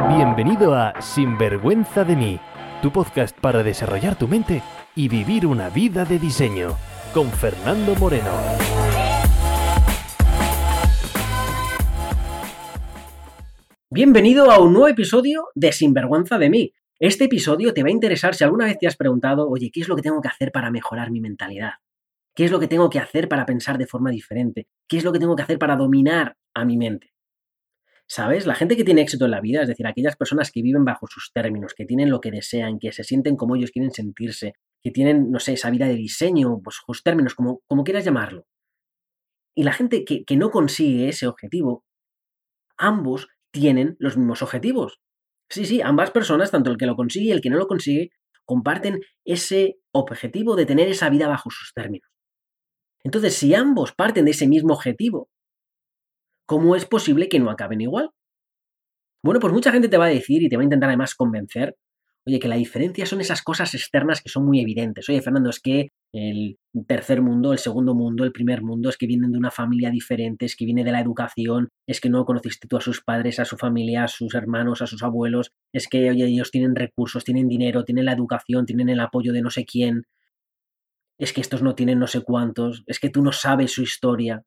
Bienvenido a Sinvergüenza de mí, tu podcast para desarrollar tu mente y vivir una vida de diseño, con Fernando Moreno. Bienvenido a un nuevo episodio de Sinvergüenza de mí. Este episodio te va a interesar si alguna vez te has preguntado, oye, ¿qué es lo que tengo que hacer para mejorar mi mentalidad? ¿Qué es lo que tengo que hacer para pensar de forma diferente? ¿Qué es lo que tengo que hacer para dominar a mi mente? ¿Sabes? La gente que tiene éxito en la vida, es decir, aquellas personas que viven bajo sus términos, que tienen lo que desean, que se sienten como ellos quieren sentirse, que tienen, no sé, esa vida de diseño, pues sus términos, como quieras llamarlo. Y la gente que no consigue ese objetivo, ambos tienen los mismos objetivos. Sí, ambas personas, tanto el que lo consigue y el que no lo consigue, comparten ese objetivo de tener esa vida bajo sus términos. Entonces, si ambos parten de ese mismo objetivo, ¿cómo es posible que no acaben igual? Bueno, pues mucha gente te va a decir y te va a intentar además convencer, oye, que la diferencia son esas cosas externas que son muy evidentes. Oye, Fernando, es que el tercer mundo, el segundo mundo, el primer mundo, es que vienen de una familia diferente, es que viene de la educación, es que no conociste tú a sus padres, a su familia, a sus hermanos, a sus abuelos, es que, oye, ellos tienen recursos, tienen dinero, tienen la educación, tienen el apoyo de no sé quién, es que estos no tienen no sé cuántos, es que tú no sabes su historia.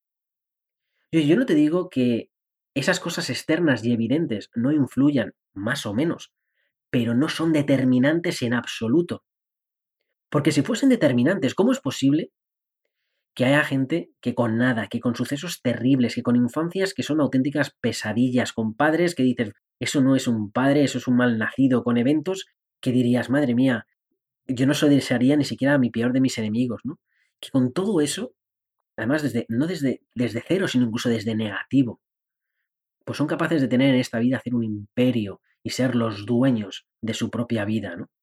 Yo no te digo que esas cosas externas y evidentes no influyan, más o menos, pero no son determinantes en absoluto. Porque si fuesen determinantes, ¿cómo es posible que haya gente que con nada, que con sucesos terribles, que con infancias que son auténticas pesadillas, con padres que dices, eso no es un padre, eso es un mal nacido, con eventos que dirías, madre mía, yo no se lo desearía ni siquiera a mi peor de mis enemigos, ¿no? Que con todo eso, además no desde cero, sino incluso desde negativo, pues son capaces de tener en esta vida, hacer un imperio y ser los dueños de su propia vida, ¿no?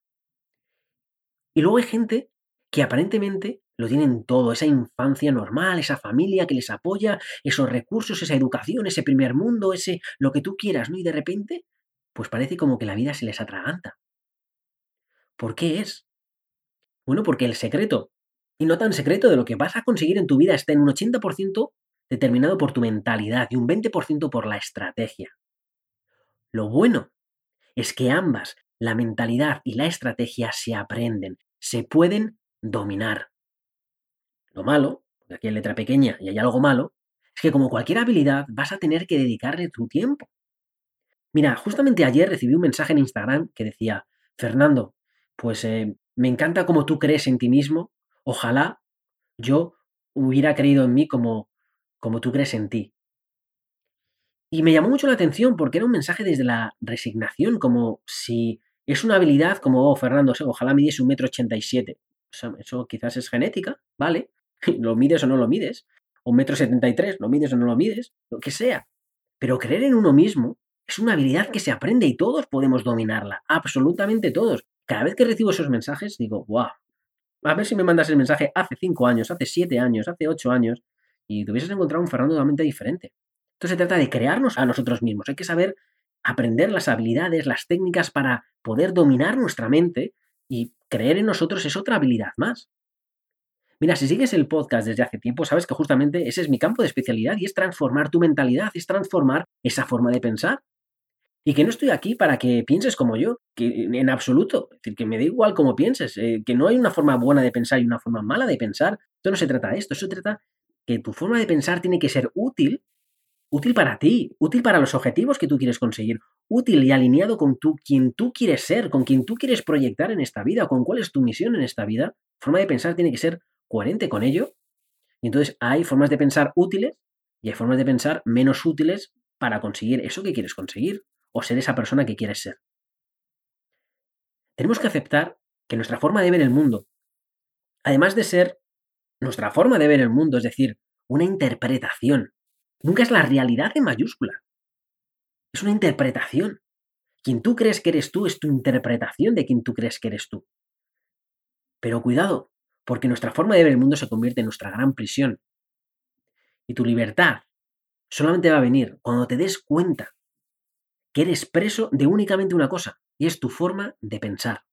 Y luego hay gente que aparentemente lo tienen todo, esa infancia normal, esa familia que les apoya, esos recursos, esa educación, ese primer mundo, ese lo que tú quieras, ¿no? Y de repente, pues parece como que la vida se les atraganta. ¿Por qué es? Bueno, porque el secreto, y no tan secreto, de lo que vas a conseguir en tu vida está en un 80% determinado por tu mentalidad y un 20% por la estrategia. Lo bueno es que ambas, la mentalidad y la estrategia, se aprenden, se pueden dominar. Lo malo, porque aquí hay letra pequeña y hay algo malo, es que como cualquier habilidad vas a tener que dedicarle tu tiempo. Mira, justamente ayer recibí un mensaje en Instagram que decía, Fernando, pues me encanta cómo tú crees en ti mismo, ojalá yo hubiera creído en mí como tú crees en ti. Y me llamó mucho la atención porque era un mensaje desde la resignación, como si es una habilidad como, oh, Fernando, ojalá midiese 1,87 m. Eso quizás es genética, ¿vale? Lo mides o no lo mides. O 1,73 m, lo mides o no lo mides, lo que sea. Pero creer en uno mismo es una habilidad que se aprende y todos podemos dominarla, absolutamente todos. Cada vez que recibo esos mensajes digo, wow, a ver si me mandas el mensaje hace 5 años, hace 7 años, hace 8 años y te hubieses encontrado un Fernando totalmente diferente. Entonces se trata de crearnos a nosotros mismos. Hay que saber aprender las habilidades, las técnicas para poder dominar nuestra mente, y creer en nosotros es otra habilidad más. Mira, si sigues el podcast desde hace tiempo, sabes que justamente ese es mi campo de especialidad y es transformar tu mentalidad, es transformar esa forma de pensar. Y que no estoy aquí para que pienses como yo, que en absoluto. Es decir, que me da igual cómo pienses, que no hay una forma buena de pensar y una forma mala de pensar. Esto no se trata de esto, se trata que tu forma de pensar tiene que ser útil para ti, útil para los objetivos que tú quieres conseguir, útil y alineado con quien tú quieres ser, con quien tú quieres proyectar en esta vida, con cuál es tu misión en esta vida. Forma de pensar tiene que ser coherente con ello. Y entonces hay formas de pensar útiles y hay formas de pensar menos útiles para conseguir eso que quieres conseguir o ser esa persona que quieres ser. Tenemos que aceptar que nuestra forma de ver el mundo, además de ser nuestra forma de ver el mundo, es decir, una interpretación, nunca es la realidad en mayúscula, es una interpretación. Quien tú crees que eres tú es tu interpretación de quien tú crees que eres tú. Pero cuidado, porque nuestra forma de ver el mundo se convierte en nuestra gran prisión. Y tu libertad solamente va a venir cuando te des cuenta que eres preso de únicamente una cosa, y es tu forma de pensar.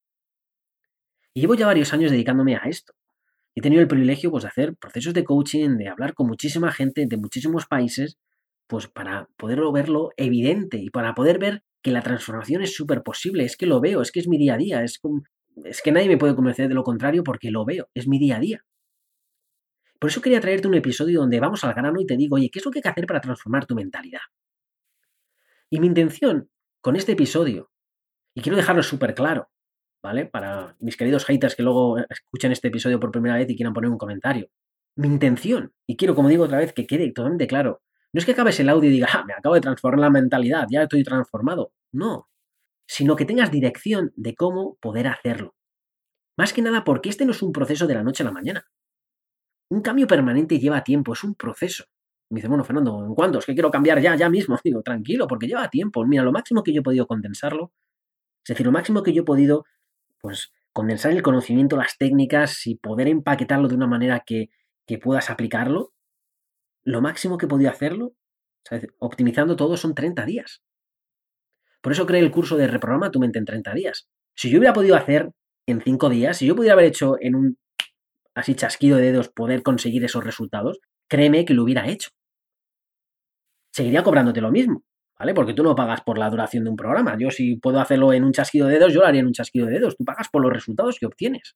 Y llevo ya varios años dedicándome a esto. He tenido el privilegio, pues, de hacer procesos de coaching, de hablar con muchísima gente de muchísimos países, pues para poder verlo evidente y para poder ver que la transformación es súper posible, es que lo veo, es que es mi día a día, es que nadie me puede convencer de lo contrario porque lo veo, es mi día a día. Por eso quería traerte un episodio donde vamos al grano y te digo, oye, ¿qué es lo que hay que hacer para transformar tu mentalidad? Y mi intención con este episodio, y quiero dejarlo súper claro, ¿vale? Para mis queridos haters que luego escuchen este episodio por primera vez y quieran poner un comentario. Mi intención, y quiero, como digo otra vez, que quede totalmente claro, no es que acabes el audio y digas, me acabo de transformar la mentalidad, ya estoy transformado. No, sino que tengas dirección de cómo poder hacerlo. Más que nada porque este no es un proceso de la noche a la mañana. Un cambio permanente lleva tiempo, es un proceso. Me dice, bueno, Fernando, ¿en cuánto? Es que quiero cambiar ya mismo. Digo, tranquilo, porque lleva tiempo. Mira, lo máximo que yo he podido condensarlo, es decir, lo máximo que yo he podido, pues, condensar el conocimiento, las técnicas y poder empaquetarlo de una manera que puedas aplicarlo, lo máximo que he podido hacerlo, ¿sabes? Optimizando todo, son 30 días. Por eso creé el curso de Reprograma tu mente en 30 días. Si yo hubiera podido hacer en 5 días, si yo pudiera haber hecho en un así chasquido de dedos poder conseguir esos resultados, créeme que lo hubiera hecho. Seguiría cobrándote lo mismo, ¿vale? Porque tú no pagas por la duración de un programa. Yo si puedo hacerlo en un chasquido de dedos, yo lo haría en un chasquido de dedos. Tú pagas por los resultados que obtienes.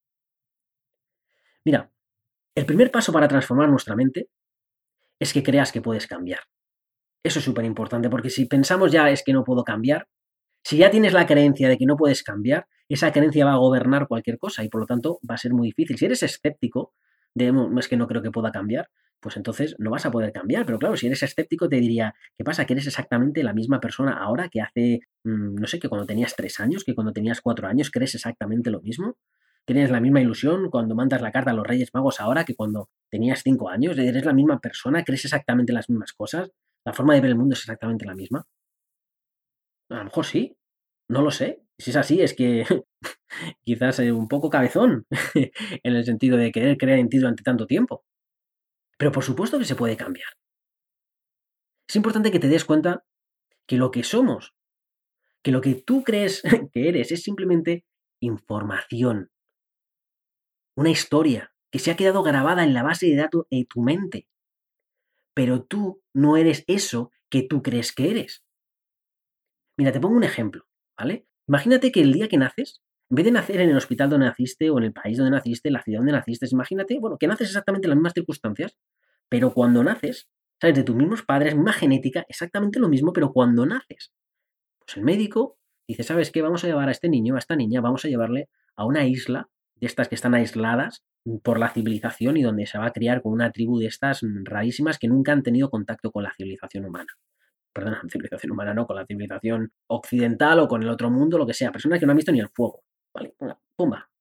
Mira, el primer paso para transformar nuestra mente es que creas que puedes cambiar. Eso es súper importante porque si pensamos ya es que no puedo cambiar, si ya tienes la creencia de que no puedes cambiar, esa creencia va a gobernar cualquier cosa y por lo tanto va a ser muy difícil. Si eres escéptico, no es que no creo que pueda cambiar, pues entonces no vas a poder cambiar. Pero claro, si eres escéptico te diría, ¿qué pasa? Que eres exactamente la misma persona ahora que hace, no sé, que cuando tenías 3 años, que cuando tenías 4 años, ¿crees exactamente lo mismo? ¿Tienes la misma ilusión cuando mandas la carta a los Reyes Magos ahora que cuando tenías 5 años? ¿Eres la misma persona? ¿Crees exactamente las mismas cosas? ¿La forma de ver el mundo es exactamente la misma? A lo mejor sí, no lo sé. Si es así, es que quizás un poco cabezón, en el sentido de querer creer en ti durante tanto tiempo. Pero por supuesto que se puede cambiar. Es importante que te des cuenta que lo que somos, que lo que tú crees que eres, es simplemente información, una historia que se ha quedado grabada en la base de datos de tu mente. Pero tú no eres eso que tú crees que eres. Mira, te pongo un ejemplo, ¿vale? Imagínate que el día que naces, en vez de nacer en el hospital donde naciste o en el país donde naciste, en la ciudad donde naciste, imagínate, bueno, que naces exactamente en las mismas circunstancias, pero cuando naces, ¿sabes? De tus mismos padres, misma genética, exactamente lo mismo, pero cuando naces, pues el médico dice, ¿sabes qué? Vamos a llevar a este niño, a esta niña, vamos a llevarle a una isla de estas que están aisladas por la civilización y donde se va a criar con una tribu de estas rarísimas que nunca han tenido contacto con la civilización humana. Perdona, civilización humana no, con la civilización occidental o con el otro mundo, lo que sea, personas que no han visto ni el fuego, ¿vale? Pumba.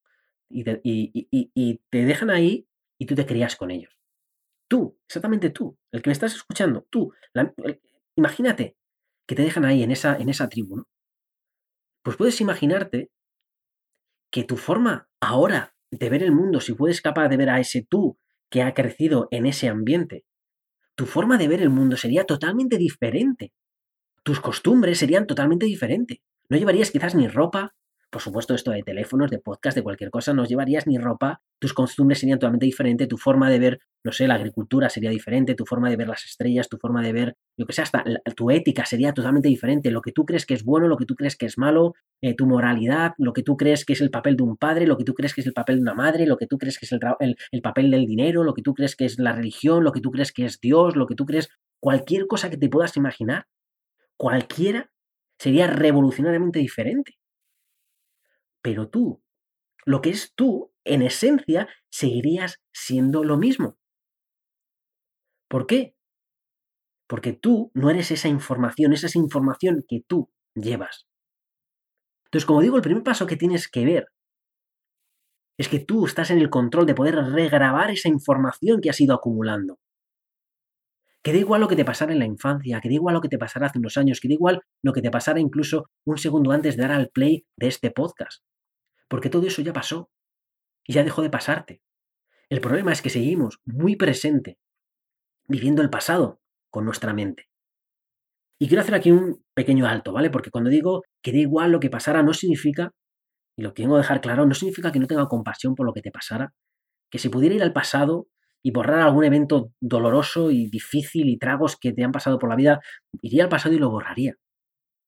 Y te dejan ahí y tú te crías con ellos. Tú, exactamente tú, el que me estás escuchando, tú, imagínate que te dejan ahí en esa tribu, ¿no? Pues puedes imaginarte que tu forma ahora de ver el mundo, si puedes capaz de ver a ese tú que ha crecido en ese ambiente, tu forma de ver el mundo sería totalmente diferente. Tus costumbres serían totalmente diferentes. No llevarías quizás ni ropa, por supuesto esto de teléfonos, de podcast, de cualquier cosa, no llevarías ni ropa, tus costumbres serían totalmente diferentes, tu forma de ver, no sé, la agricultura sería diferente, tu forma de ver las estrellas, tu forma de ver, lo que sea, hasta tu ética sería totalmente diferente, lo que tú crees que es bueno, lo que tú crees que es malo, tu moralidad, lo que tú crees que es el papel de un padre, lo que tú crees que es el papel de una madre, lo que tú crees que es el papel del dinero, lo que tú crees que es la religión, lo que tú crees que es Dios, lo que tú crees, cualquier cosa que te puedas imaginar cualquiera sería revolucionariamente diferente. Pero tú, lo que es tú, en esencia, seguirías siendo lo mismo. ¿Por qué? Porque tú no eres esa información, es esa información que tú llevas. Entonces, como digo, el primer paso que tienes que ver es que tú estás en el control de poder regrabar esa información que has ido acumulando. Que da igual lo que te pasara en la infancia, que da igual lo que te pasara hace unos años, que da igual lo que te pasara incluso un segundo antes de dar al play de este podcast. Porque todo eso ya pasó y ya dejó de pasarte. El problema es que seguimos muy presente, viviendo el pasado con nuestra mente. Y quiero hacer aquí un pequeño alto, ¿vale? Porque cuando digo que da igual lo que pasara, no significa, y lo tengo que dejar claro, no significa que no tenga compasión por lo que te pasara, que si pudiera ir al pasado y borrar algún evento doloroso y difícil y tragos que te han pasado por la vida, iría al pasado y lo borraría.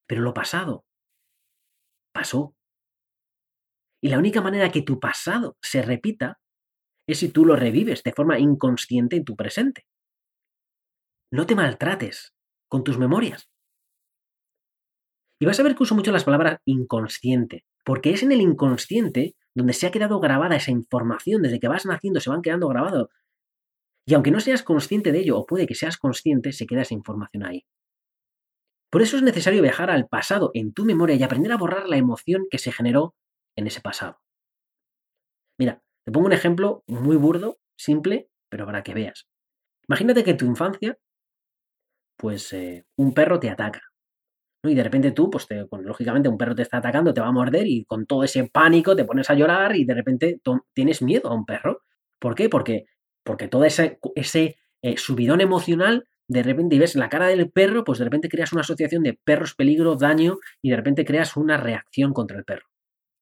Pero lo pasado pasó. Y la única manera que tu pasado se repita es si tú lo revives de forma inconsciente en tu presente. No te maltrates con tus memorias. Y vas a ver que uso mucho las palabras inconsciente, porque es en el inconsciente donde se ha quedado grabada esa información. Desde que vas naciendo se van quedando grabados. Y aunque no seas consciente de ello, o puede que seas consciente, se queda esa información ahí. Por eso es necesario viajar al pasado en tu memoria y aprender a borrar la emoción que se generó en ese pasado. Mira, te pongo un ejemplo muy burdo, simple, pero para que veas. Imagínate que en tu infancia, pues un perro te ataca, ¿no? Y de repente tú, pues lógicamente un perro te está atacando, te va a morder y con todo ese pánico te pones a llorar y de repente tienes miedo a un perro. ¿Por qué? Porque todo ese subidón emocional, de repente y ves la cara del perro, pues de repente creas una asociación de perros, peligro, daño y de repente creas una reacción contra el perro.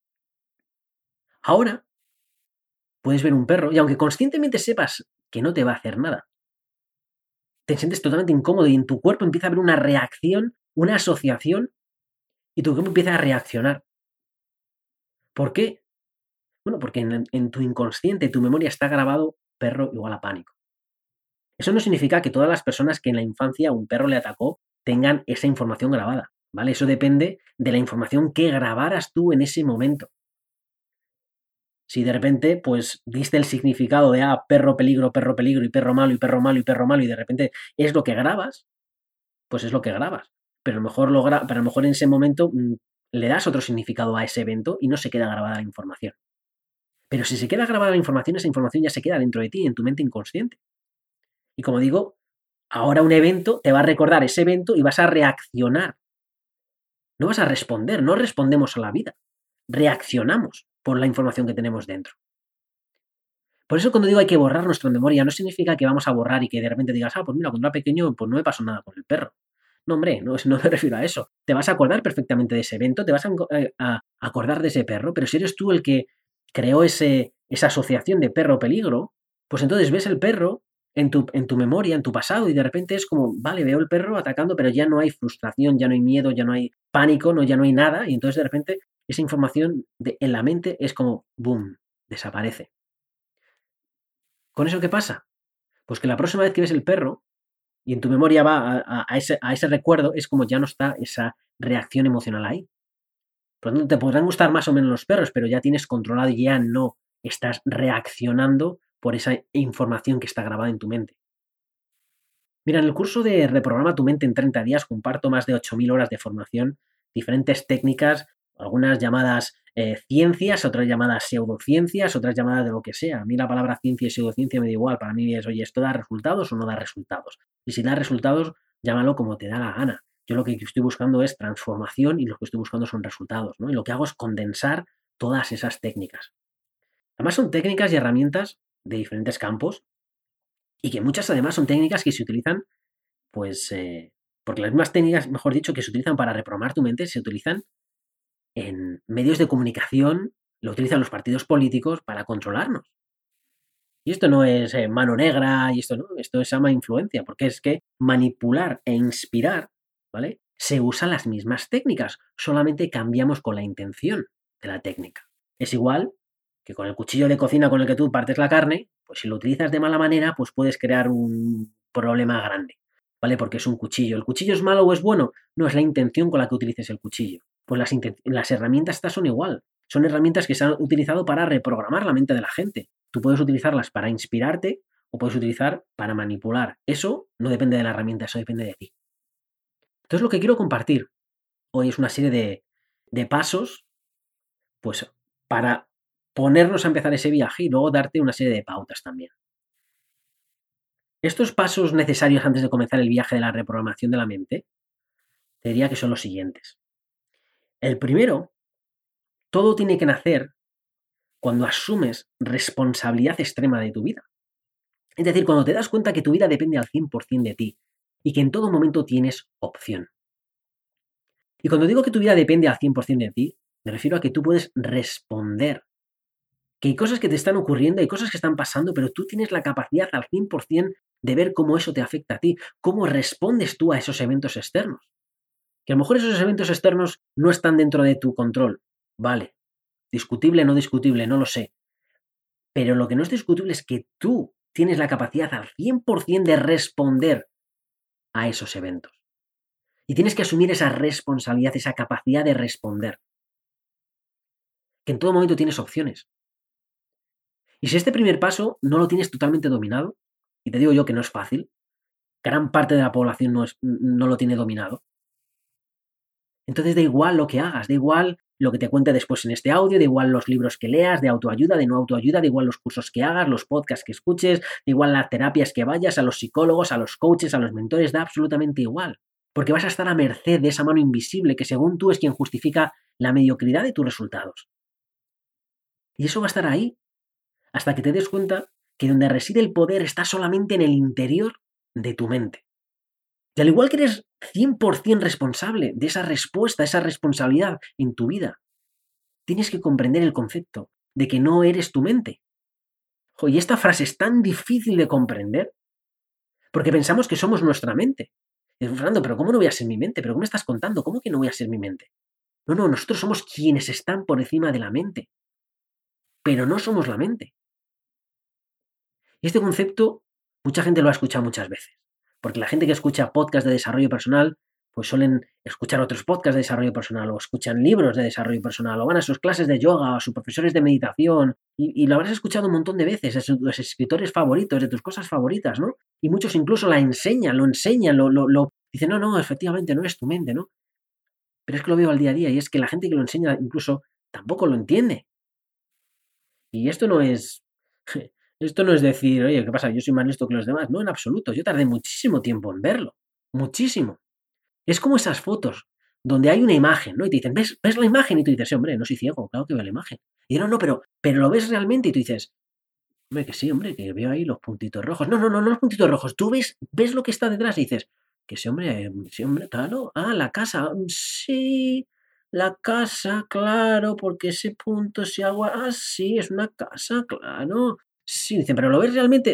Ahora puedes ver un perro y aunque conscientemente sepas que no te va a hacer nada, te sientes totalmente incómodo y en tu cuerpo empieza a haber una reacción, una asociación y tu cuerpo empieza a reaccionar. ¿Por qué? Bueno, porque en tu inconsciente, tu memoria está grabado perro igual a pánico. Eso no significa que todas las personas que en la infancia un perro le atacó tengan esa información grabada, ¿vale? Eso depende de la información que grabaras tú en ese momento. Si de repente, pues, diste el significado de perro peligro y perro malo y perro malo y perro malo y de repente es lo que grabas, pues es lo que grabas. Pero a lo mejor en ese momento le das otro significado a ese evento y no se queda grabada la información. Pero si se queda grabada la información, esa información ya se queda dentro de ti, en tu mente inconsciente. Y como digo, ahora un evento te va a recordar ese evento y vas a reaccionar. No vas a responder, no respondemos a la vida. Reaccionamos por la información que tenemos dentro. Por eso cuando digo hay que borrar nuestra memoria, no significa que vamos a borrar y que de repente digas, pues mira, cuando era pequeño pues no me pasó nada con el perro. No, hombre, no me refiero a eso. Te vas a acordar perfectamente de ese evento, te vas a acordar de ese perro, pero si eres tú el que creó esa asociación de perro-peligro, pues entonces ves el perro en tu memoria, en tu pasado, y de repente es como, vale, veo el perro atacando, pero ya no hay frustración, ya no hay miedo, ya no hay pánico, ya no hay nada, y entonces de repente esa información en la mente es como, boom, desaparece. ¿Con eso qué pasa? Pues que la próxima vez que ves el perro y en tu memoria va a ese recuerdo, es como ya no está esa reacción emocional ahí. Por lo tanto, te podrán gustar más o menos los perros, pero ya tienes controlado y ya no estás reaccionando por esa información que está grabada en tu mente. Mira, en el curso de Reprograma tu mente en 30 días comparto más de 8.000 horas de formación, diferentes técnicas, algunas llamadas ciencias, otras llamadas pseudociencias, otras llamadas de lo que sea. A mí la palabra ciencia y pseudociencia me da igual. Para mí es, oye, ¿esto da resultados o no da resultados? Y si da resultados, llámalo como te da la gana. Yo lo que estoy buscando es transformación y lo que estoy buscando son resultados, ¿no? Y lo que hago es condensar todas esas técnicas. Además son técnicas y herramientas de diferentes campos y que muchas además son técnicas que se utilizan, pues, porque las mismas técnicas, mejor dicho, que se utilizan para reprogramar tu mente, se utilizan en medios de comunicación, lo utilizan los partidos políticos para controlarnos. Y esto no es mano negra y esto no, esto se llama influencia, porque es que manipular e inspirar, ¿vale? Se usan las mismas técnicas, solamente cambiamos con la intención de la técnica. Es igual que con el cuchillo de cocina con el que tú partes la carne, pues si lo utilizas de mala manera, pues puedes crear un problema grande, ¿vale? Porque es un cuchillo. ¿El cuchillo es malo o es bueno? No, es la intención con la que utilices el cuchillo. Pues las herramientas estas son igual. Son herramientas que se han utilizado para reprogramar la mente de la gente. Tú puedes utilizarlas para inspirarte o puedes utilizar para manipular. Eso no depende de la herramienta, eso depende de ti. Entonces lo que quiero compartir hoy es una serie de pasos, pues para ponernos a empezar ese viaje y luego darte una serie de pautas también. Estos pasos necesarios antes de comenzar el viaje de la reprogramación de la mente, te diría que son los siguientes. El primero, todo tiene que nacer cuando asumes responsabilidad extrema de tu vida. Es decir, cuando te das cuenta que tu vida depende al 100% de ti y que en todo momento tienes opción. Y cuando digo que tu vida depende al 100% de ti, me refiero a que tú puedes responder. Que hay cosas que te están ocurriendo, hay cosas que están pasando, pero tú tienes la capacidad al 100% de ver cómo eso te afecta a ti, cómo respondes tú a esos eventos externos. Que a lo mejor esos eventos externos no están dentro de tu control. Vale. Discutible, no discutible, no lo sé. Pero lo que no es discutible es que tú tienes la capacidad al 100% de responder a esos eventos. Y tienes que asumir esa responsabilidad, esa capacidad de responder. Que en todo momento tienes opciones. Y si este primer paso no lo tienes totalmente dominado, y te digo yo que no es fácil, gran parte de la población no lo tiene dominado, entonces da igual lo que hagas, da igual lo que te cuente después en este audio, da igual los libros que leas, de autoayuda, de no autoayuda, da igual los cursos que hagas, los podcasts que escuches, da igual las terapias que vayas, a los psicólogos, a los coaches, a los mentores, da absolutamente igual. Porque vas a estar a merced de esa mano invisible que según tú es quien justifica la mediocridad de tus resultados. Y eso va a estar ahí hasta que te des cuenta que donde reside el poder está solamente en el interior de tu mente. Y al igual que eres 100% responsable de esa respuesta, esa responsabilidad en tu vida, tienes que comprender el concepto de que no eres tu mente. Y esta frase es tan difícil de comprender porque pensamos que somos nuestra mente. Y dices, Fernando, pero ¿cómo no voy a ser mi mente? ¿Pero qué me estás contando? ¿Cómo que no voy a ser mi mente? No, nosotros somos quienes están por encima de la mente, pero no somos la mente. Y este concepto mucha gente lo ha escuchado muchas veces, porque la gente que escucha podcasts de desarrollo personal, pues suelen escuchar otros podcasts de desarrollo personal, o escuchan libros de desarrollo personal, o van a sus clases de yoga, o a sus profesores de meditación, y lo habrás escuchado un montón de veces, a los escritores favoritos, de tus cosas favoritas, ¿no? Y muchos incluso lo enseñan, dicen, no, efectivamente, no es tu mente, ¿no? Pero es que lo veo al día a día, y es que la gente que lo enseña incluso tampoco lo entiende. Y esto no es decir, oye, ¿qué pasa? Yo soy más listo que los demás. No, en absoluto. Yo tardé muchísimo tiempo en verlo. Muchísimo. Es como esas fotos donde hay una imagen, ¿no? Y te dicen, ¿ves la imagen? Y tú dices, sí, hombre, no soy ciego, claro que veo la imagen. Y no, pero lo ves realmente y tú dices, hombre, que sí, hombre, que veo ahí los puntitos rojos. No los puntitos rojos. Tú ves lo que está detrás y dices, que sí, hombre, claro. Ah, la casa. Sí, la casa, claro, porque ese punto, ese agua, sí, es una casa, claro. Sí, dicen, pero ¿lo ves realmente?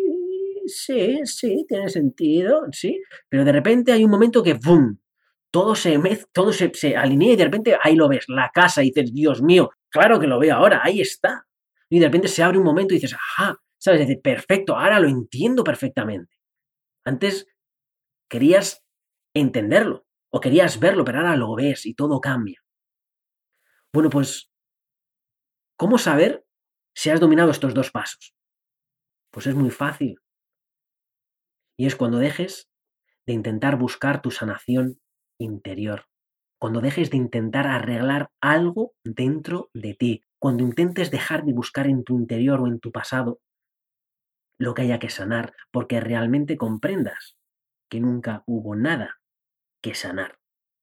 Sí, tiene sentido, sí. Pero de repente hay un momento que ¡bum! Todo se alinea y de repente ahí lo ves, la casa, y dices, Dios mío, claro que lo veo ahora, ahí está. Y de repente se abre un momento y dices, ajá, ¿sabes? Es decir, perfecto, ahora lo entiendo perfectamente. Antes querías entenderlo o querías verlo, pero ahora lo ves y todo cambia. Bueno, pues, ¿cómo saber si has dominado estos dos pasos? Pues es muy fácil. Y es cuando dejes de intentar buscar tu sanación interior. Cuando dejes de intentar arreglar algo dentro de ti. Cuando intentes dejar de buscar en tu interior o en tu pasado lo que haya que sanar, porque realmente comprendas que nunca hubo nada que sanar.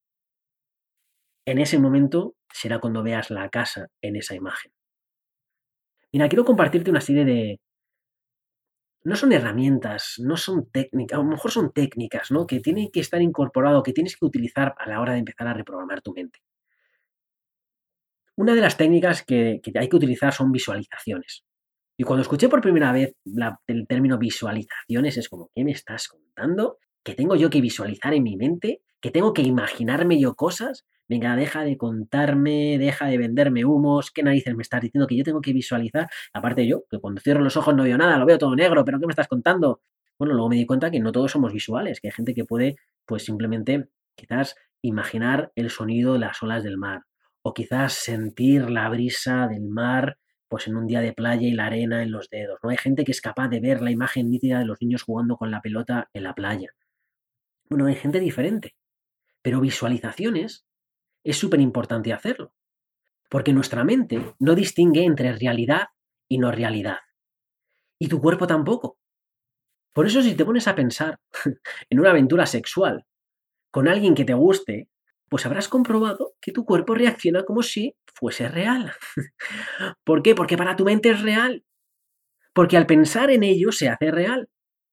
En ese momento será cuando veas la casa en esa imagen. Mira, quiero compartirte una serie de... No son herramientas, no son técnicas, a lo mejor son técnicas, ¿no? Que tienen que estar incorporado, que tienes que utilizar a la hora de empezar a reprogramar tu mente. Una de las técnicas que hay que utilizar son visualizaciones. Y cuando escuché por primera vez el término visualizaciones, es como, ¿qué me estás contando? ¿Que tengo yo que visualizar en mi mente? ¿Que tengo que imaginarme yo cosas? Venga, deja de contarme, deja de venderme humos. ¿Qué narices me estás diciendo que yo tengo que visualizar? Aparte yo, que cuando cierro los ojos no veo nada, lo veo todo negro, ¿pero qué me estás contando? Bueno, luego me di cuenta que no todos somos visuales, que hay gente que puede, pues simplemente, quizás imaginar el sonido de las olas del mar, o quizás sentir la brisa del mar pues en un día de playa y la arena en los dedos, ¿no? Hay gente que es capaz de ver la imagen nítida de los niños jugando con la pelota en la playa. Bueno, hay gente diferente, pero visualizaciones es súper importante hacerlo, porque nuestra mente no distingue entre realidad y no realidad, y tu cuerpo tampoco. Por eso si te pones a pensar en una aventura sexual con alguien que te guste, pues habrás comprobado que tu cuerpo reacciona como si fuese real. ¿Por qué? Porque para tu mente es real. Porque al pensar en ello se hace real.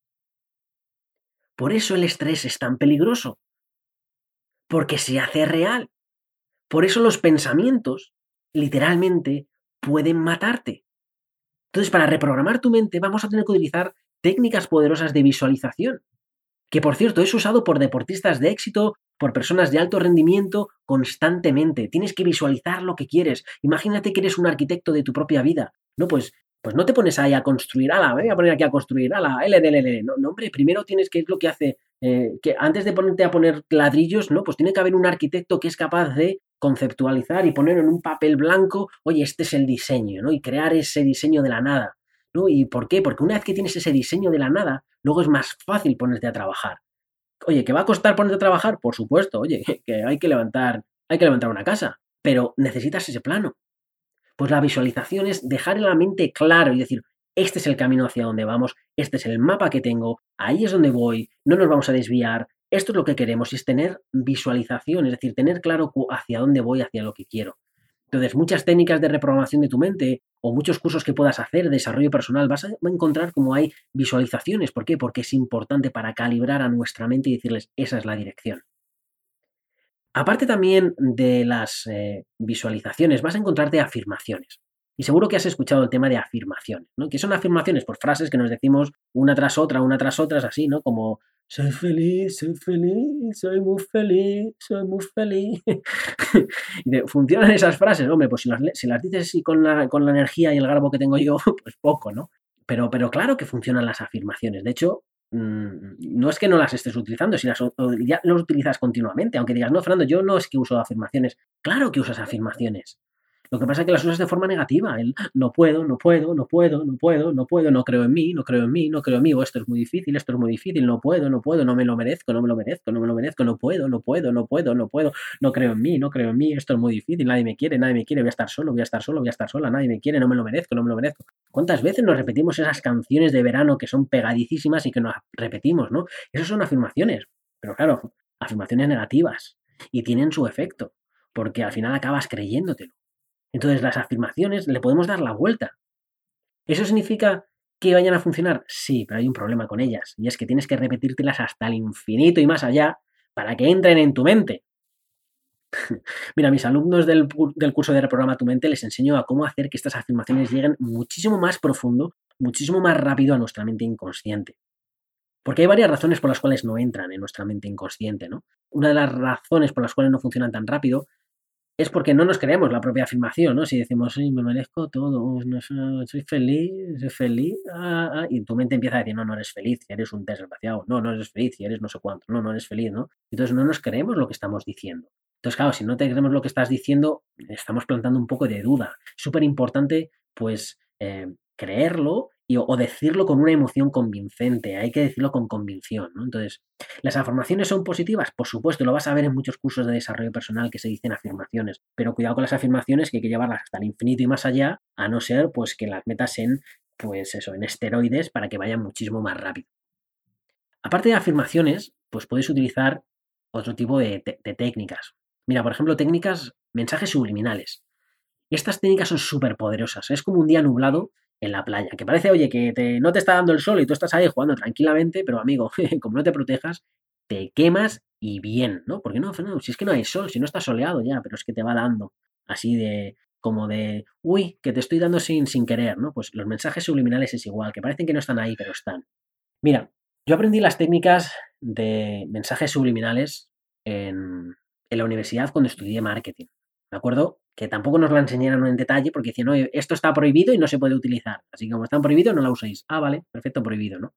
Por eso el estrés es tan peligroso. Porque se hace real. Por eso los pensamientos, literalmente, pueden matarte. Entonces, para reprogramar tu mente vamos a tener que utilizar técnicas poderosas de visualización. Que, por cierto, es usado por deportistas de éxito, por personas de alto rendimiento constantemente. Tienes que visualizar lo que quieres. Imagínate que eres un arquitecto de tu propia vida. No, pues no te pones ahí a construir, me voy a poner aquí a construir, LLL. No, hombre, primero tienes que es lo que hace, que antes de ponerte a poner ladrillos, ¿no? Pues tiene que haber un arquitecto que es capaz de conceptualizar y poner en un papel blanco, oye, este es el diseño, ¿no? Y crear ese diseño de la nada, ¿no? ¿Y por qué? Porque una vez que tienes ese diseño de la nada, luego es más fácil ponerte a trabajar. Oye, ¿que va a costar ponerte a trabajar? Por supuesto, oye, que hay que levantar una casa, pero necesitas ese plano. Pues la visualización es dejar en la mente claro y decir, este es el camino hacia donde vamos, este es el mapa que tengo, ahí es donde voy, no nos vamos a desviar, esto es lo que queremos, y es tener visualización, es decir, tener claro hacia dónde voy, hacia lo que quiero. Entonces, muchas técnicas de reprogramación de tu mente o muchos cursos que puedas hacer, desarrollo personal, vas a encontrar como hay visualizaciones. ¿Por qué? Porque es importante para calibrar a nuestra mente y decirles, esa es la dirección. Aparte también de las visualizaciones, vas a encontrarte afirmaciones. Y seguro que has escuchado el tema de afirmaciones, ¿no? ¿Qué son afirmaciones? Por frases que nos decimos una tras otra, es así, ¿no? Como, soy feliz, soy muy feliz, soy muy feliz. ¿Funcionan esas frases? Hombre, pues si las dices así con la energía y el garbo que tengo yo, pues poco, ¿no? Pero claro que funcionan las afirmaciones. De hecho, no es que no las estés utilizando, si ya las utilizas continuamente, aunque digas, no, Fernando, yo no es que uso afirmaciones. Claro que usas afirmaciones. Lo que pasa es que las usas de forma negativa. No puedo, no creo en mí, no creo en mí, o esto es muy difícil, no puedo, no me lo merezco, no puedo, no creo en mí, esto es muy difícil, nadie me quiere, voy a estar solo, nadie me quiere, no me lo merezco. ¿Cuántas veces nos repetimos esas canciones de verano que son pegadísimas y que nos repetimos, ¿no? Esas son afirmaciones, pero claro, afirmaciones negativas y tienen su efecto, porque al final acabas creyéndotelo. Entonces, las afirmaciones le podemos dar la vuelta. ¿Eso significa que vayan a funcionar? Sí, pero hay un problema con ellas, y es que tienes que repetírtelas hasta el infinito y más allá para que entren en tu mente. Mira, a mis alumnos del curso de Reprograma tu mente les enseño a cómo hacer que estas afirmaciones lleguen muchísimo más profundo, muchísimo más rápido a nuestra mente inconsciente. Porque hay varias razones por las cuales no entran en nuestra mente inconsciente, ¿no? Una de las razones por las cuales no funcionan tan rápido es porque no nos creemos la propia afirmación, ¿no? Si decimos, sí, me merezco todo, soy feliz, y tu mente empieza a decir, no eres feliz, si eres un desgraciado, no eres feliz, si eres no sé cuánto, no eres feliz, ¿no? Entonces no nos creemos lo que estamos diciendo. Entonces, claro, si no te creemos lo que estás diciendo, estamos plantando un poco de duda. Súper importante, pues, creerlo o decirlo con una emoción convincente. Hay que decirlo con convicción, ¿no? Entonces, ¿las afirmaciones son positivas? Por supuesto, lo vas a ver en muchos cursos de desarrollo personal que se dicen afirmaciones, pero cuidado con las afirmaciones, que hay que llevarlas hasta el infinito y más allá, a no ser pues que las metas en, pues eso, en esteroides para que vayan muchísimo más rápido. Aparte de afirmaciones, pues puedes utilizar otro tipo de técnicas. Mira, por ejemplo, mensajes subliminales. Estas técnicas son súper poderosas. Es como un día nublado en la playa, que parece, oye, que no te está dando el sol y tú estás ahí jugando tranquilamente, pero amigo, como no te protejas, te quemas y bien, ¿no? Porque no, Fernando, si es que no hay sol, si no está soleado ya, pero es que te va dando así como de, uy, que te estoy dando sin querer, ¿no? Pues los mensajes subliminales es igual, que parecen que no están ahí, pero están. Mira, yo aprendí las técnicas de mensajes subliminales en la universidad cuando estudié marketing. Me acuerdo que tampoco nos la enseñaron en detalle porque decían, oye, esto está prohibido y no se puede utilizar. Así que como está prohibido, no la uséis. Ah, vale, perfecto, prohibido, ¿no?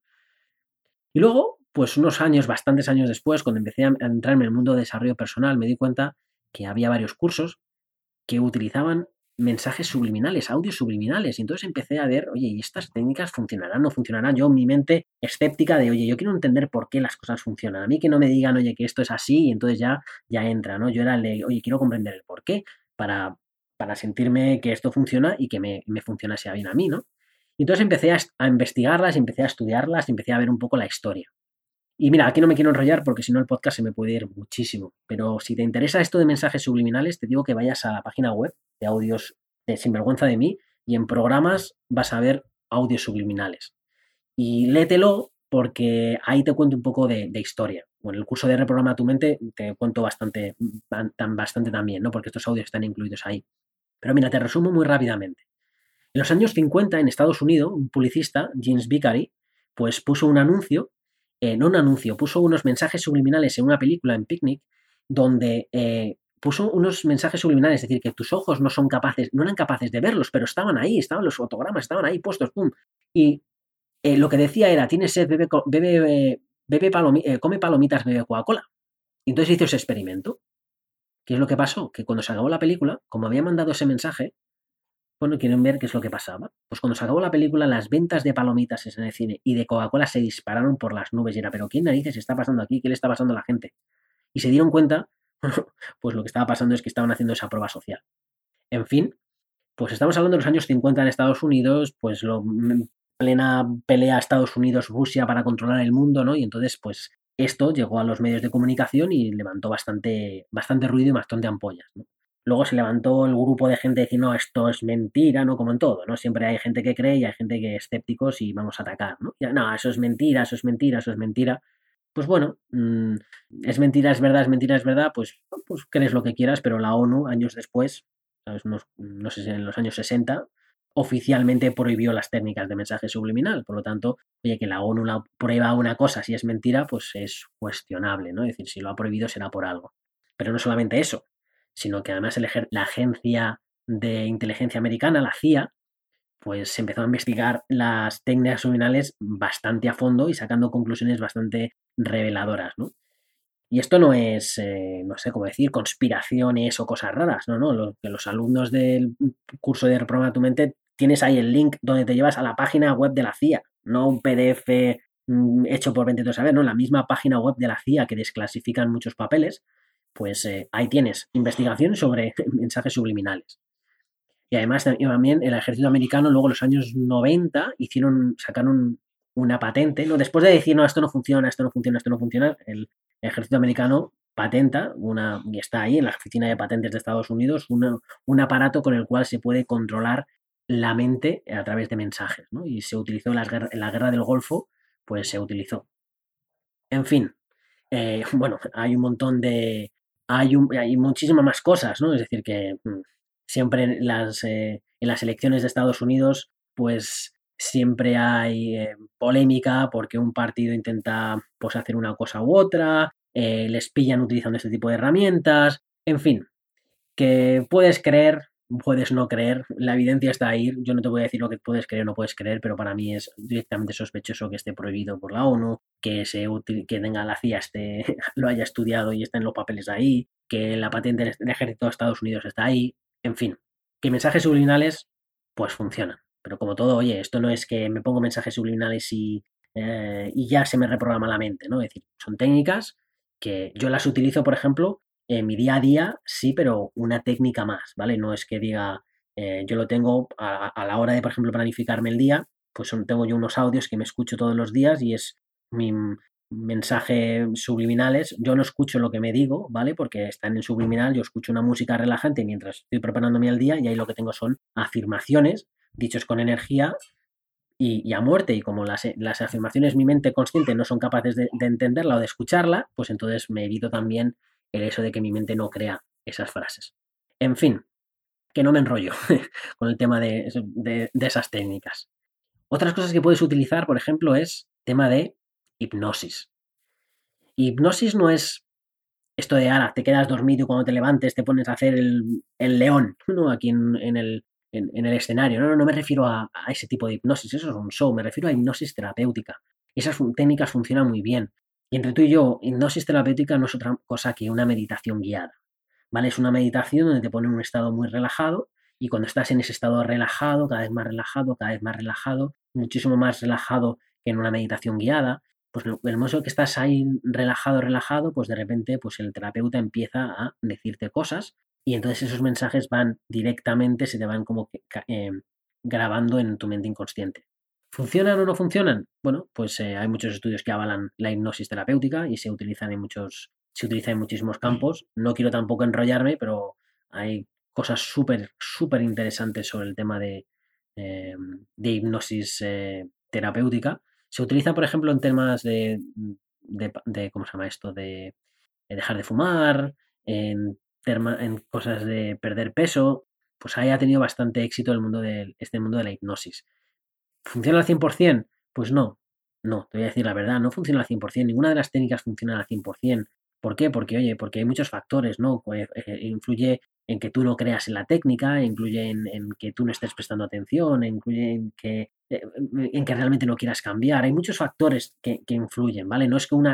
Y luego, pues bastantes años después, cuando empecé a entrarme en el mundo de desarrollo personal, me di cuenta que había varios cursos que utilizaban mensajes subliminales, audios subliminales. Y entonces empecé a ver, oye, ¿y estas técnicas funcionarán? ¿No funcionarán? Yo, mi mente escéptica de, oye, yo quiero entender por qué las cosas funcionan. A mí que no me digan, oye, que esto es así y entonces ya entra, ¿no? Yo era el de, oye, quiero comprender el por qué para sentirme que esto funciona y que me funcionase bien a mí, ¿no? Y entonces empecé a investigarlas, empecé a estudiarlas, empecé a ver un poco la historia. Y mira, aquí no me quiero enrollar porque si no el podcast se me puede ir muchísimo. Pero si te interesa esto de mensajes subliminales, te digo que vayas a la página web de audios de Sinvergüenza de mí y en programas vas a ver audios subliminales. Y léetelo porque ahí te cuento un poco de historia. Bueno, el curso de Reprograma tu mente te cuento bastante también, ¿no? Porque estos audios están incluidos ahí. Pero mira, te resumo muy rápidamente. En los años 50 en Estados Unidos, un publicista, James Vicary, pues puso un anuncio, puso unos mensajes subliminales en una película en Picnic donde puso unos mensajes subliminales, es decir, que tus ojos no eran capaces de verlos, pero estaban ahí, estaban los fotogramas, estaban ahí puestos, pum. Y lo que decía era, tienes sed, come palomitas, bebe Coca-Cola. Y entonces hizo ese experimento. ¿Qué es lo que pasó? Que cuando se acabó la película, como había mandado ese mensaje, bueno, quieren ver qué es lo que pasaba. Pues cuando se acabó la película, las ventas de palomitas en el cine y de Coca-Cola se dispararon por las nubes. Y era, ¿pero qué narices está pasando aquí? ¿Qué le está pasando a la gente? Y se dieron cuenta, pues lo que estaba pasando es que estaban haciendo esa prueba social. En fin, pues estamos hablando de los años 50 en Estados Unidos, pues plena pelea Estados Unidos-Rusia para controlar el mundo, ¿no? Y entonces, pues esto llegó a los medios de comunicación y levantó bastante ruido y bastante ampollas, ¿no? Luego se levantó el grupo de gente diciendo, no, esto es mentira, ¿no? Como en todo, ¿no? Siempre hay gente que cree y hay gente que es escépticos y vamos a atacar, ¿no? Y, no, eso es mentira, eso es mentira, eso es mentira. Pues bueno, es mentira, es verdad, es mentira, es verdad, pues crees lo que quieras, pero la ONU, años después, ¿sabes? No sé si en los años 60, oficialmente prohibió las técnicas de mensaje subliminal. Por lo tanto, oye, que la ONU la prueba una cosa si es mentira, pues es cuestionable, ¿no? Es decir, si lo ha prohibido será por algo. Pero no solamente eso, sino que además la agencia de inteligencia americana, la CIA, pues se empezó a investigar las técnicas subliminales bastante a fondo y sacando conclusiones bastante reveladoras, ¿no? Y esto no es, no sé cómo decir, conspiraciones o cosas raras, no, no. Los alumnos del curso de Reprograma tu mente tienes ahí el link donde te llevas a la página web de la CIA, no un PDF hecho por 22 saber, no, la misma página web de la CIA que desclasifican muchos papeles, pues ahí tienes investigación sobre mensajes subliminales. Y además también el ejército americano, luego en los años 90, sacaron una patente, ¿no? Después de decir, no, esto no funciona, esto no funciona, esto no funciona, el ejército americano patenta, y está ahí en la oficina de patentes de Estados Unidos, un aparato con el cual se puede controlar la mente a través de mensajes, ¿no? Y se utilizó en la guerra del Golfo, pues se utilizó. En fin, bueno, hay un montón de... Hay muchísimas más cosas, ¿no? Es decir, que siempre en las elecciones de Estados Unidos, pues siempre hay polémica porque un partido intenta pues, hacer una cosa u otra, les pillan utilizando este tipo de herramientas, en fin, que puedes creer, puedes no creer, la evidencia está ahí, yo no te voy a decir lo que puedes creer o no puedes creer, pero para mí es directamente sospechoso que esté prohibido por la ONU, que tenga la CIA lo haya estudiado y está en los papeles ahí, que la patente del ejército de Estados Unidos está ahí, en fin, que mensajes subliminales pues funcionan, pero como todo, oye, esto no es que me pongo mensajes subliminales y ya se me reprograma la mente, ¿no? Es decir, son técnicas que yo las utilizo, por ejemplo, en mi día a día, sí, pero una técnica más, ¿vale? No es que diga, yo lo tengo a la hora de, por ejemplo, planificarme el día, pues tengo yo unos audios que me escucho todos los días y es mi mensaje subliminales. Yo no escucho lo que me digo, ¿vale? Porque están en subliminal, yo escucho una música relajante mientras estoy preparándome al día y ahí lo que tengo son afirmaciones, dichos con energía y a muerte, y como las afirmaciones mi mente consciente no son capaces de entenderla o de escucharla, pues entonces me evito también el eso de que mi mente no crea esas frases. En fin, que no me enrollo con el tema de esas técnicas. Otras cosas que puedes utilizar, por ejemplo, es tema de hipnosis. Hipnosis no es esto de, ahora, te quedas dormido y cuando te levantes te pones a hacer el león, ¿no? Aquí en el escenario. No, no, no me refiero a ese tipo de hipnosis, eso es un show, me refiero a hipnosis terapéutica. Esas técnicas funcionan muy bien. Y entre tú y yo, hipnosis terapéutica no es otra cosa que una meditación guiada, ¿vale? Es una meditación donde te pone en un estado muy relajado y cuando estás en ese estado relajado, cada vez más relajado, cada vez más relajado, muchísimo más relajado que en una meditación guiada, pues el momento que estás ahí relajado, relajado, pues de repente pues el terapeuta empieza a decirte cosas y entonces esos mensajes van directamente, se te van como que, grabando en tu mente inconsciente. ¿Funcionan o no funcionan? Bueno, pues hay muchos estudios que avalan la hipnosis terapéutica y se utiliza en muchísimos campos. No quiero tampoco enrollarme, pero hay cosas súper, súper interesantes sobre el tema de hipnosis terapéutica. Se utiliza, por ejemplo, en temas ¿cómo se llama esto? De dejar de fumar, en cosas de perder peso. Pues ahí ha tenido bastante éxito este mundo de la hipnosis. ¿Funciona al 100%? Pues no, no, te voy a decir la verdad, no funciona al 100%, ninguna de las técnicas funciona al 100%. ¿Por qué? Porque, oye, porque hay muchos factores, ¿no? Influye en que tú no creas en la técnica, influye en que tú no estés prestando atención, influye en que realmente no quieras cambiar. Hay muchos factores que influyen, ¿vale? No es que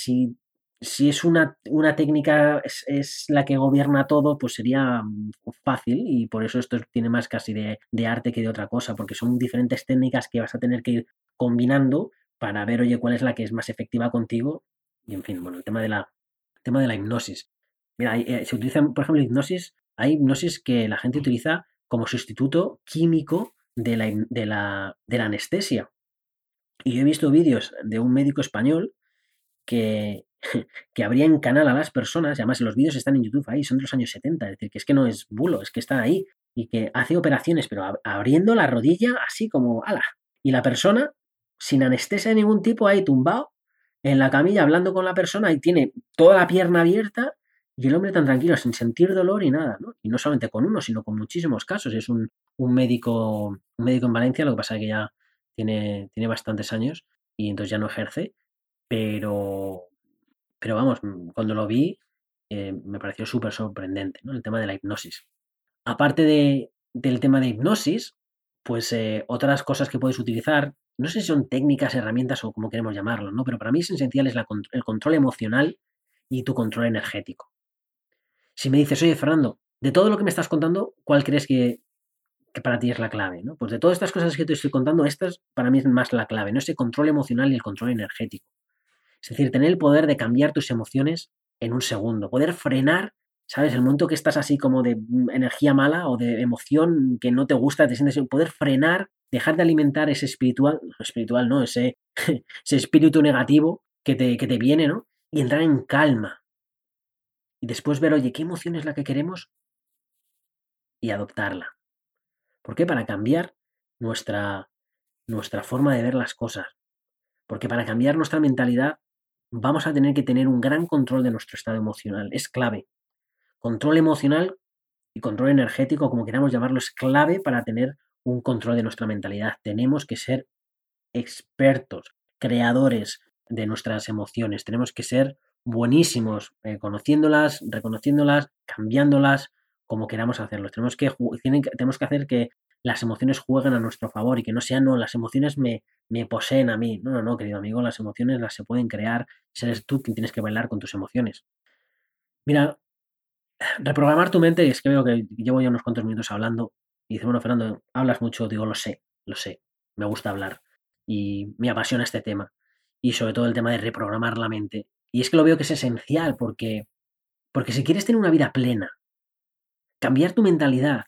si es una técnica es la que gobierna todo, pues sería fácil y por eso esto tiene más casi de arte que de otra cosa, porque son diferentes técnicas que vas a tener que ir combinando para ver, oye, cuál es la que es más efectiva contigo. Y en fin, bueno, el tema de la hipnosis. Mira, se utiliza, por ejemplo, hay hipnosis que la gente utiliza como sustituto químico de la anestesia. Y yo he visto vídeos de un médico español que, que abría en canal a las personas, y además los vídeos están en YouTube ahí, son de los años 70, es decir, que es que no es bulo, es que están ahí, y que hace operaciones, pero abriendo la rodilla así como ala. Y la persona, sin anestesia de ningún tipo, ahí tumbado, en la camilla, hablando con la persona, y tiene toda la pierna abierta, y el hombre tan tranquilo, sin sentir dolor y nada, ¿no? Y no solamente con uno, sino con muchísimos casos. Es un médico en Valencia, lo que pasa es que ya tiene bastantes años, y entonces ya no ejerce, pero, pero vamos, cuando lo vi, me pareció súper sorprendente, ¿no? El tema de la hipnosis. Aparte del tema de hipnosis, pues otras cosas que puedes utilizar, no sé si son técnicas, herramientas o como queremos llamarlo, ¿no? Pero para mí es esencial es el control emocional y tu control energético. Si me dices, oye, Fernando, de todo lo que me estás contando, ¿cuál crees que para ti es la clave, ¿no? Pues de todas estas cosas que te estoy contando, estas para mí es más la clave, ¿no? Ese control emocional y el control energético. Es decir, tener el poder de cambiar tus emociones en un segundo, poder frenar, ¿sabes? El momento que estás así como de energía mala o de emoción que no te gusta, te sientes, poder frenar, dejar de alimentar ese espiritual, ¿no? Ese espíritu negativo que te viene, ¿no? Y entrar en calma. Y después ver, oye, ¿qué emoción es la que queremos? Y adoptarla. ¿Por qué? Para cambiar nuestra, nuestra forma de ver las cosas. Porque para cambiar nuestra mentalidad vamos a tener que tener un gran control de nuestro estado emocional. Es clave. Control emocional y control energético, como queramos llamarlo, es clave para tener un control de nuestra mentalidad. Tenemos que ser expertos, creadores de nuestras emociones. Tenemos que ser buenísimos, conociéndolas, reconociéndolas, cambiándolas, como queramos hacerlo. Tenemos que hacer que las emociones jueguen a nuestro favor y que no sean, no, las emociones me poseen a mí. No, no, no, querido amigo, las emociones las se pueden crear. Eres tú quien tienes que bailar con tus emociones. Mira, reprogramar tu mente, es que veo que llevo ya unos cuantos minutos hablando y dice, bueno, Fernando, hablas mucho, digo, lo sé, me gusta hablar y me apasiona este tema y sobre todo el tema de reprogramar la mente. Y es que lo veo que es esencial porque si quieres tener una vida plena, cambiar tu mentalidad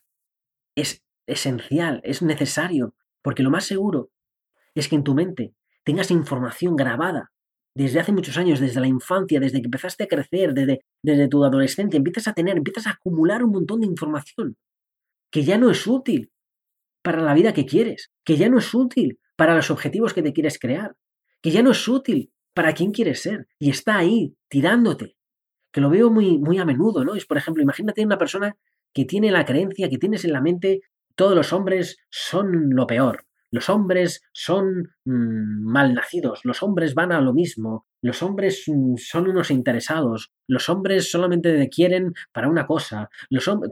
es esencial, es necesario, porque lo más seguro es que en tu mente tengas información grabada desde hace muchos años, desde la infancia, desde que empezaste a crecer, desde tu adolescencia, empiezas a acumular un montón de información que ya no es útil para la vida que quieres, que ya no es útil para los objetivos que te quieres crear, que ya no es útil para quién quieres ser y está ahí tirándote, que lo veo muy, muy a menudo, ¿no? Es, por ejemplo, imagínate una persona que tiene la creencia, que tienes en la mente, todos los hombres son lo peor, los hombres son mal nacidos, los hombres van a lo mismo, los hombres son unos interesados, los hombres solamente te quieren para una cosa, los hombres,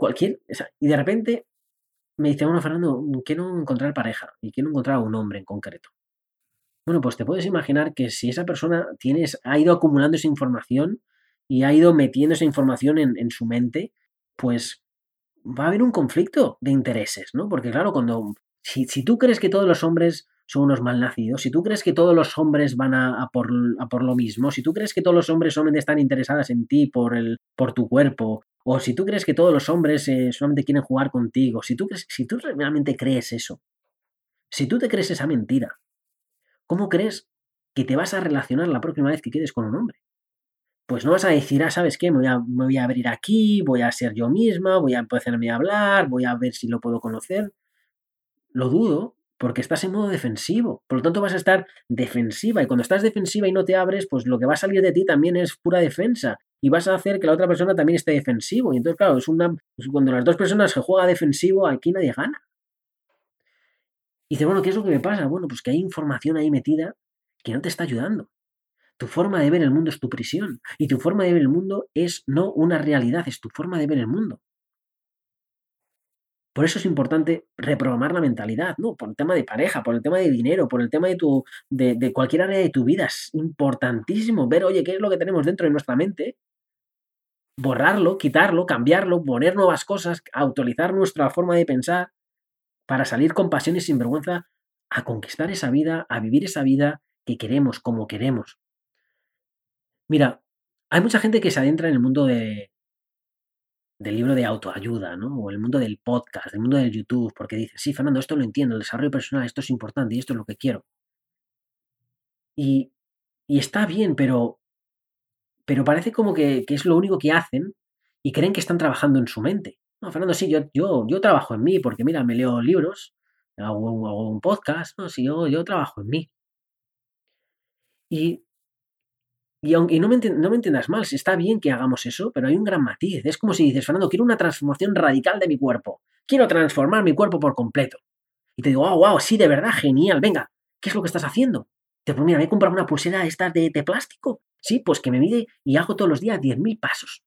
y de repente me dice, bueno, Fernando, quiero encontrar pareja y quiero encontrar a un hombre en concreto. Bueno, pues te puedes imaginar que si esa persona ha ido acumulando esa información y ha ido metiendo esa información en su mente, pues va a haber un conflicto de intereses, ¿no? Porque claro, si tú crees que todos los hombres son unos malnacidos, si tú crees que todos los hombres van a por lo mismo, si tú crees que todos los hombres solamente están interesados en ti por tu cuerpo, o si tú crees que todos los hombres solamente quieren jugar contigo, si tú realmente crees eso, si tú te crees esa mentira, ¿cómo crees que te vas a relacionar la próxima vez que quedes con un hombre? Pues no vas a decir, ¿sabes qué? Me voy a abrir aquí, voy a ser yo misma, voy a empezarme a hablar, voy a ver si lo puedo conocer. Lo dudo, porque estás en modo defensivo. Por lo tanto, vas a estar defensiva. Y cuando estás defensiva y no te abres, pues lo que va a salir de ti también es pura defensa. Y vas a hacer que la otra persona también esté defensivo. Y entonces, claro, cuando las dos personas se juega defensivo, aquí nadie gana. Y dice, bueno, ¿qué es lo que me pasa? Bueno, pues que hay información ahí metida que no te está ayudando. Tu forma de ver el mundo es tu prisión. Y tu forma de ver el mundo es no una realidad, es tu forma de ver el mundo. Por eso es importante reprogramar la mentalidad, ¿no? Por el tema de pareja, por el tema de dinero, por el tema de cualquier área de tu vida. Es importantísimo ver, oye, qué es lo que tenemos dentro de nuestra mente, borrarlo, quitarlo, cambiarlo, poner nuevas cosas, actualizar nuestra forma de pensar para salir con pasión y sin vergüenza a conquistar esa vida, a vivir esa vida que queremos, como queremos. Mira, hay mucha gente que se adentra en el mundo del libro de autoayuda, ¿no? O el mundo del podcast, el mundo del YouTube, porque dice, sí, Fernando, esto lo entiendo, el desarrollo personal, esto es importante y esto es lo que quiero. Y, y está bien, pero parece como que es lo único que hacen y creen que están trabajando en su mente. No, Fernando, sí, yo trabajo en mí, porque mira, me leo libros, hago un podcast, no, sí, yo trabajo en mí. Y, y no me entiendas mal, si está bien que hagamos eso, pero hay un gran matiz. Es como si dices, Fernando, quiero una transformación radical de mi cuerpo. Quiero transformar mi cuerpo por completo. Y te digo, wow, wow, sí, de verdad, genial, venga, ¿qué es lo que estás haciendo? Pues mira, me he comprado una pulsera esta de plástico. Sí, pues que me mide y hago todos los días 10.000 pasos.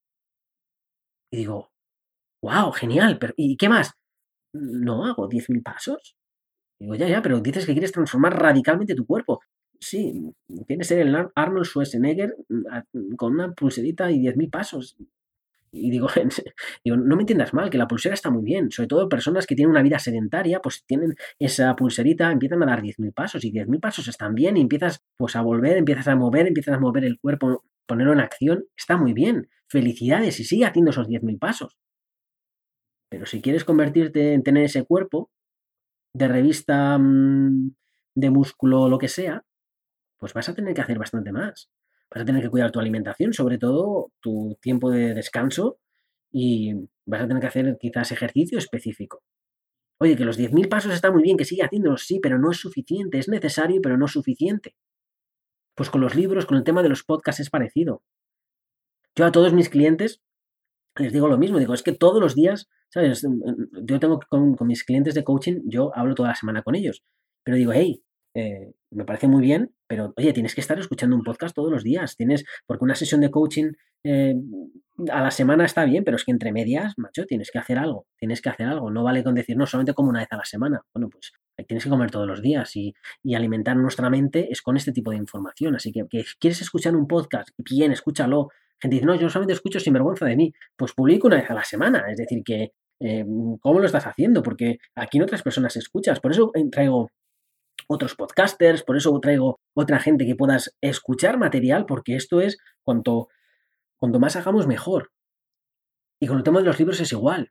Y digo, wow, genial, pero ¿y qué más? No hago 10.000 pasos. Digo, ya, pero dices que quieres transformar radicalmente tu cuerpo. Sí, quieres ser el Arnold Schwarzenegger con una pulserita y 10.000 pasos. Y digo, digo, no me entiendas mal, que la pulsera está muy bien. Sobre todo personas que tienen una vida sedentaria, pues tienen esa pulserita, empiezan a dar 10.000 pasos y 10.000 pasos están bien y empiezas pues a volver, empiezas a mover el cuerpo, ponerlo en acción. Está muy bien. Felicidades y sigue haciendo esos 10.000 pasos. Pero si quieres convertirte en tener ese cuerpo de revista de músculo o lo que sea, pues vas a tener que hacer bastante más. Vas a tener que cuidar tu alimentación, sobre todo tu tiempo de descanso y vas a tener que hacer quizás ejercicio específico. Oye, que los 10.000 pasos está muy bien, que sigue haciéndolos, sí, pero no es suficiente. Es necesario, pero no es suficiente. Pues con los libros, con el tema de los podcasts es parecido. Yo a todos mis clientes les digo lo mismo, digo, es que todos los días, ¿sabes? Yo tengo con mis clientes de coaching, yo hablo toda la semana con ellos, pero digo, hey, me parece muy bien, pero oye, tienes que estar escuchando un podcast todos los días, porque una sesión de coaching eh, a la semana está bien, pero es que entre medias, macho, tienes que hacer algo, no vale con decir, no, solamente como una vez a la semana, bueno, pues tienes que comer todos los días y alimentar nuestra mente es con este tipo de información, así que quieres escuchar un podcast, bien, escúchalo. Gente dice, no, yo solamente escucho Sinvergüenza de mí. Pues publico una vez a la semana. Es decir, que ¿cómo lo estás haciendo? Porque aquí en otras personas escuchas. Por eso traigo otros podcasters, por eso traigo otra gente que puedas escuchar material, porque esto es cuanto más hagamos mejor. Y con el tema de los libros es igual.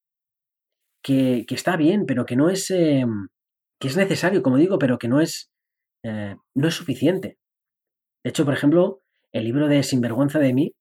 Que está bien, pero que no es. Que es necesario, como digo, pero que no es suficiente. De hecho, por ejemplo, el libro de Sinvergüenza de mí.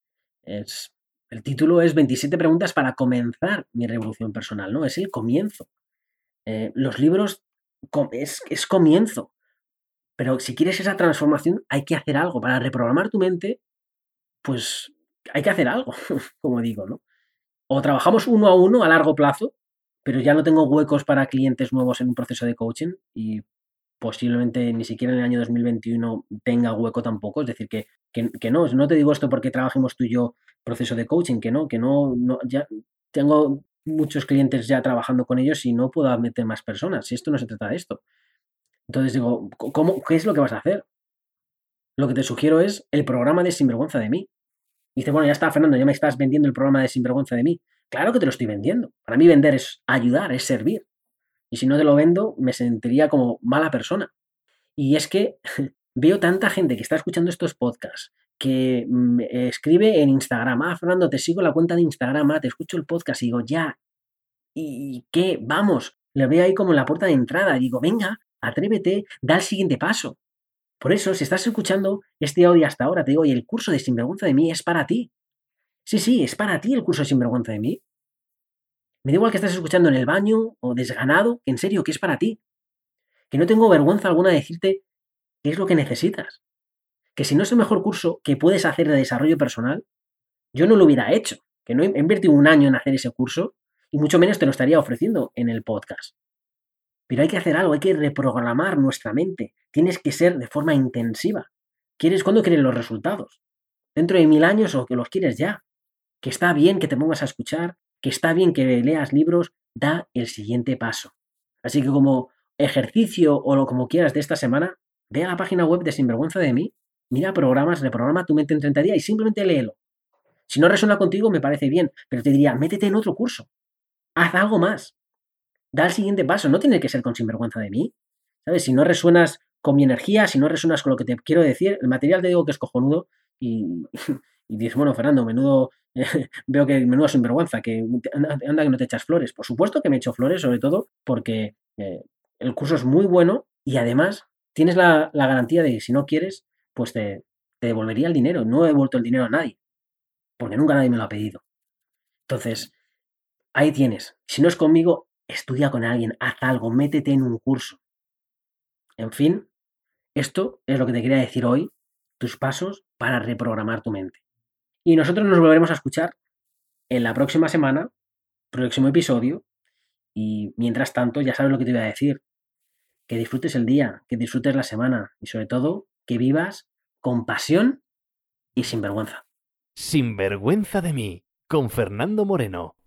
El título es 27 preguntas para comenzar mi revolución personal, ¿no? Es el comienzo. Los libros es comienzo, pero si quieres esa transformación hay que hacer algo. Para reprogramar tu mente, pues hay que hacer algo, como digo, ¿no? O trabajamos uno a uno a largo plazo, pero ya no tengo huecos para clientes nuevos en un proceso de coaching y posiblemente ni siquiera en el año 2021 tenga hueco tampoco. Es decir, que no te digo esto porque trabajemos tú y yo proceso de coaching, ya tengo muchos clientes ya trabajando con ellos y no puedo meter más personas. Si esto no se trata de esto. Entonces digo, ¿qué es lo que vas a hacer? Lo que te sugiero es el programa de Sinvergüenza de mí. Y dice, bueno, ya está, Fernando, ya me estás vendiendo el programa de Sinvergüenza de mí. Claro que te lo estoy vendiendo. Para mí vender es ayudar, es servir. Y si no te lo vendo, me sentiría como mala persona. Y es que veo tanta gente que está escuchando estos podcasts, que me escribe en Instagram, Fernando, te sigo la cuenta de Instagram, te escucho el podcast y digo, ya, ¿y qué? Vamos, le veo ahí como en la puerta de entrada, y digo, venga, atrévete, da el siguiente paso. Por eso, si estás escuchando este audio hasta ahora, te digo, y el curso de Sinvergüenza de mí es para ti. Sí, es para ti el curso de Sinvergüenza de mí. Me da igual que estés escuchando en el baño o desganado, que en serio, que es para ti. Que no tengo vergüenza alguna de decirte qué es lo que necesitas. Que si no es el mejor curso que puedes hacer de desarrollo personal, yo no lo hubiera hecho. Que no he invertido un año en hacer ese curso y mucho menos te lo estaría ofreciendo en el podcast. Pero hay que hacer algo, hay que reprogramar nuestra mente. Tienes que ser de forma intensiva. ¿Cuándo quieres los resultados? ¿Dentro de 1000 años o que los quieres ya? Que está bien que te pongas a escuchar, que está bien que leas libros, da el siguiente paso. Así que como ejercicio o lo como quieras de esta semana, ve a la página web de Sinvergüenza de mí, mira programas, reprograma tu mente en 30 días y simplemente léelo. Si no resuena contigo, me parece bien, pero te diría, métete en otro curso, haz algo más, da el siguiente paso, no tiene que ser con Sinvergüenza de mí, ¿sabes? Si no resuenas con mi energía, si no resuenas con lo que te quiero decir, el material te digo que es cojonudo y, y dices, bueno, Fernando, menudo, veo que menudo sinvergüenza, que anda que no te echas flores. Por supuesto que me echo flores, sobre todo porque el curso es muy bueno y además tienes la garantía de que si no quieres, pues te devolvería el dinero. No he devuelto el dinero a nadie, porque nunca nadie me lo ha pedido. Entonces, ahí tienes. Si no es conmigo, estudia con alguien, haz algo, métete en un curso. En fin, esto es lo que te quería decir hoy, tus pasos para reprogramar tu mente. Y nosotros nos volveremos a escuchar en la próxima semana, próximo episodio, y mientras tanto ya sabes lo que te voy a decir, que disfrutes el día, que disfrutes la semana y sobre todo que vivas con pasión y sin vergüenza. Sinvergüenza de mí, con Fernando Moreno.